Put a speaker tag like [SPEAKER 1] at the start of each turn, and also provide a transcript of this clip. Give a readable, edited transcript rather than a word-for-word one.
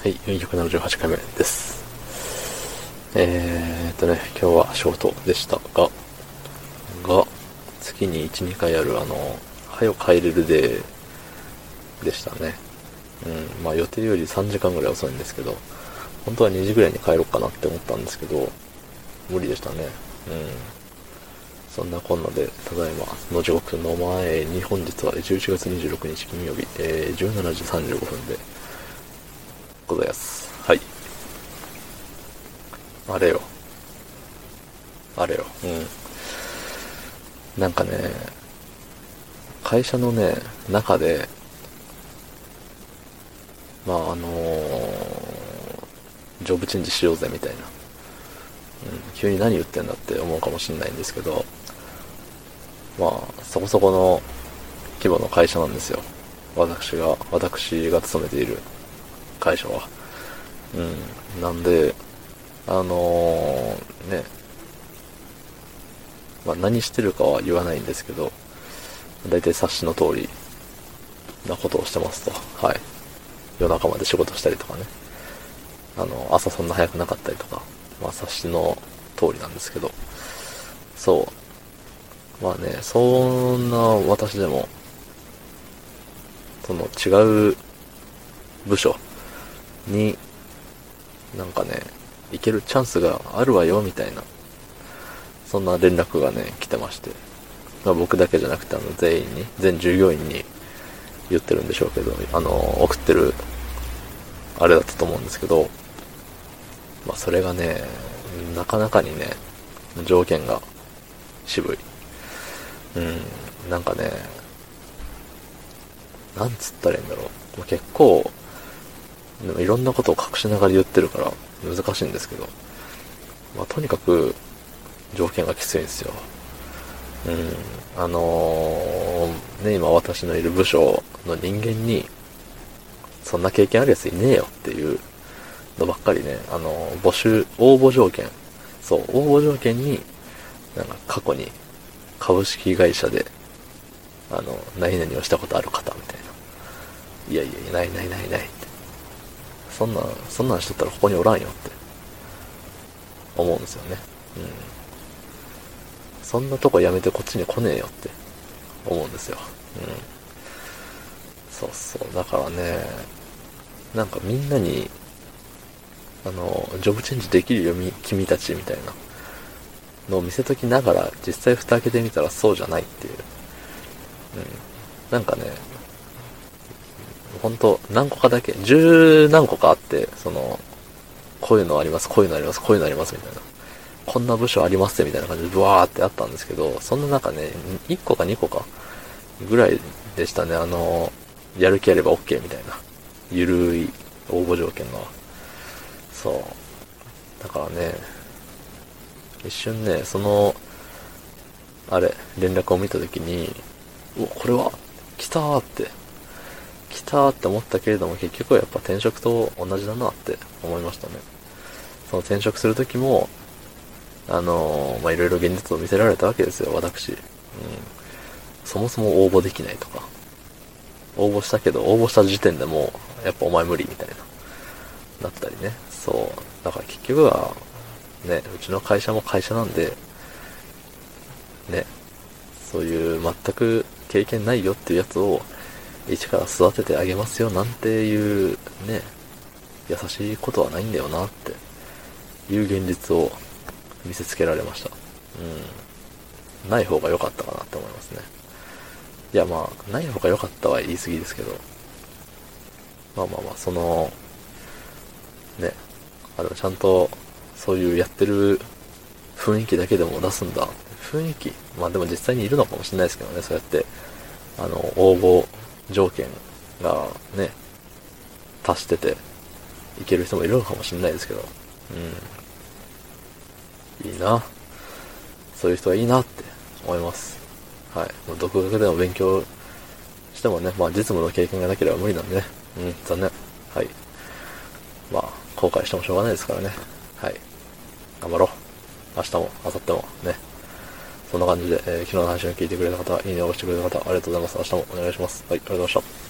[SPEAKER 1] はい、478回目です。今日はショートでしたが、月に1、2回あるはよ帰れるデーでしたね。まあ予定より3時間ぐらい遅いんですけど、本当は2時ぐらいに帰ろうかなって思ったんですけど、無理でしたね。そんなこんなで、ただいまの時刻の前に本日は11月26日金曜日、17時35分でございます。はい。あれよ。なんかね、会社のね、中で、まあジョブチェンジしようぜみたいな。急に何言ってんだって思うかもしれないんですけど、まあ、そこそこの規模の会社なんですよ。私が勤めている会社は。なんで、ね、まあ何してるかは言わないんですけど、だいたい察しの通りなことをしてますと。はい。夜中まで仕事したりとかね。朝そんな早くなかったりとか、まあ察しの通りなんですけど、そう。まあね、そんな私でも、その違う部署になんかね、行けるチャンスがあるわよ、みたいな、そんな連絡がね、来てまして。まあ僕だけじゃなくて全従業員に言ってるんでしょうけど、送ってる、あれだったと思うんですけど、まあそれがね、なかなかにね、条件が渋い。なんかね、なんつったらいいんだろう。結構、でもいろんなことを隠しながら言ってるから難しいんですけど、まあとにかく条件がきついんですよ。今私のいる部署の人間に、そんな経験あるやついねえよっていうのばっかりね、応募条件。そう、応募条件に、なんか過去に株式会社で、何々をしたことある方みたいな。いやいや、ないって。そんなんしとったらここにおらんよって思うんですよね。そんなとこやめてこっちに来ねえよって思うんですよ。そうそう。だからね、なんかみんなに、ジョブチェンジできるよ、君たちみたいなのを見せときながら、実際蓋開けてみたらそうじゃないっていう。なんかね、ほんと何個かだけ、十何個かあって、こういうのあります、こういうのあります、こういうのありますみたいな。こんな部署ありますみたいな感じでブワーってあったんですけど、そんな中ね、1個か2個かぐらいでしたね。やる気あれば OK みたいな。ゆるい応募条件が。そう。だからね、一瞬ね、連絡を見たときに、これは来たーって思ったけれども、結局はやっぱ転職と同じだなって思いましたね。その転職するときも、まあ、いろいろ現実を見せられたわけですよ、私。そもそも応募できないとか。応募したけど、応募した時点でもう、やっぱお前無理みたいな。だったりね。そう。だから結局は、ね、うちの会社も会社なんで、ね、そういう全く経験ないよっていうやつを、一から育ててあげますよなんていう、ね、優しいことはないんだよなっていう現実を見せつけられました。ない方が良かったかなって思いますね。いやまあ、ない方が良かったは言い過ぎですけど、まあ、ね、でもちゃんと、そういうやってる雰囲気だけでも出すんだ。雰囲気まあでも実際にいるのかもしれないですけどね、そうやって、応募条件がね、達してて、いける人もいるのかもしれないですけど、いいな。そういう人はいいなって思います。はい。もう独学でも勉強してもね、まあ実務の経験がなければ無理なんでね。残念。はい。まあ、後悔してもしょうがないですからね。はい。頑張ろう。明日も、明後日もね。そんな感じで、昨日の配信を聞いてくれた方、いいねを押してくれた方、ありがとうございます。明日もお願いします。はい、ありがとうございました。